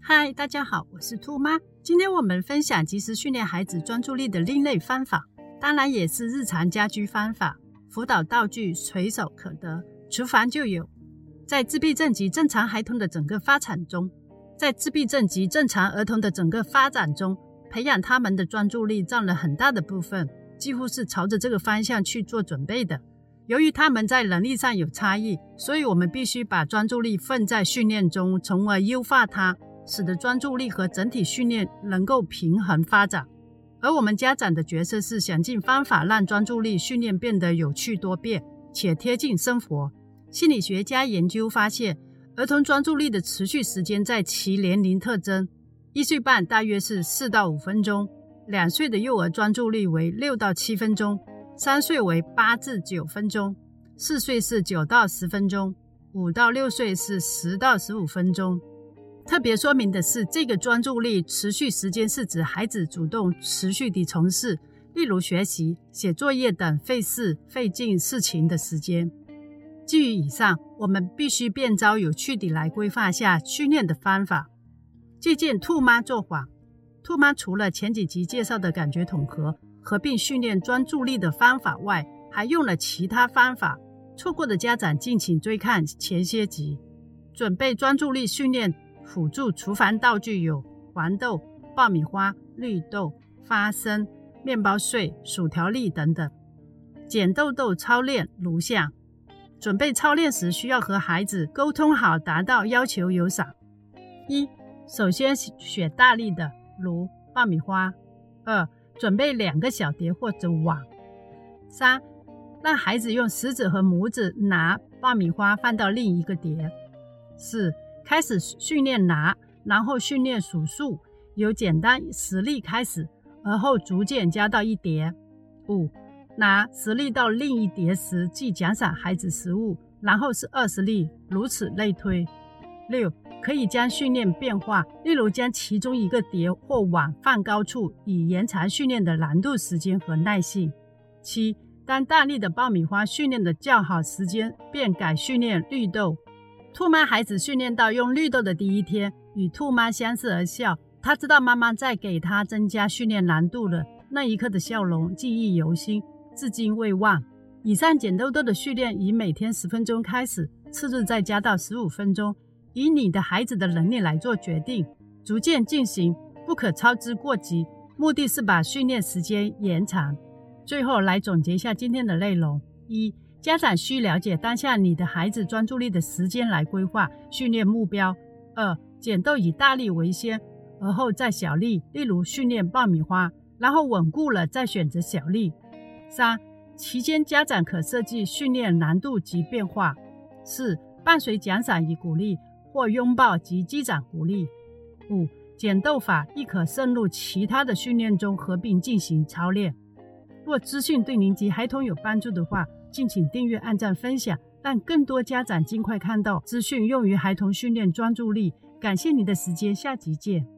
嗨，大家好，我是兔妈。今天我们分享及时训练孩子专注力的另类方法，当然也是日常家居方法。辅导道具随手可得，厨房就有。在自闭症及正常孩童的整个发展中，培养他们的专注力占了很大的部分，几乎是朝着这个方向去做准备的。由于他们在能力上有差异，所以我们必须把专注力放在训练中，从而优化它，使得专注力和整体训练能够平衡发展。而我们家长的角色是想尽方法让专注力训练变得有趣多变，且贴近生活。心理学家研究发现，儿童专注力的持续时间在其年龄特征，1岁半大约是4到5分钟，2岁的幼儿专注力为6到7分钟，3岁为8至9分钟，4岁是9到10分钟，5到6岁是10到15分钟。特别说明的是，这个专注力持续时间是指孩子主动持续地从事，例如学习、写作业等费事费劲事情的时间。基于以上，我们必须变招有趣地来规划下训练的方法。借鉴兔妈做法，兔妈除了前几集介绍的感觉统合、合并训练专注力的方法外，还用了其他方法，错过的家长敬请追看前些集。准备专注力训练辅助厨房道具有黄豆、爆米花、绿豆、花生、面包碎、薯条粒等等。捡豆豆操练如下：准备操练时需要和孩子沟通好，达到要求有赏。1. 首先选大粒的，如爆米花。2. 准备2个小碟或者碗。3. 让孩子用食指和拇指拿爆米花放到另一个碟。4. 开始训练拿，然后训练数数，由简单10粒开始，而后逐渐加到1碟。5. 拿10粒到另一碟时，即奖赏孩子食物，然后是20粒，如此类推。6. 可以将训练变化，例如将其中一个碟或碗放高处，以延长训练的难度时间和耐性。7. 当大粒的爆米花训练的较好时间，便改训练绿豆。兔妈孩子训练到用绿豆的第一天，与兔妈相视而笑，他知道妈妈在给他增加训练难度了，那一刻的笑容记忆犹新，至今未忘。以上捡豆豆的训练以每天10分钟开始，次日再加到15分钟，以你的孩子的能力来做决定，逐渐进行，不可操之过急，目的是把训练时间延长。最后来总结一下今天的内容。1. 家长需了解当下你的孩子专注力的时间来规划训练目标。2. 捡豆以大粒为先，而后再小粒，例如训练爆米花，然后稳固了再选择小粒。3. 期间家长可设计训练难度及变化。4. 伴随奖赏与鼓励，或拥抱及击掌鼓励。5. 捡豆法亦可渗入其他的训练中合并进行操练。若资讯对您及孩童有帮助的话，敬请订阅、按赞、分享，让更多家长尽快看到资讯用于孩童训练专注力。感谢你的时间，下集见。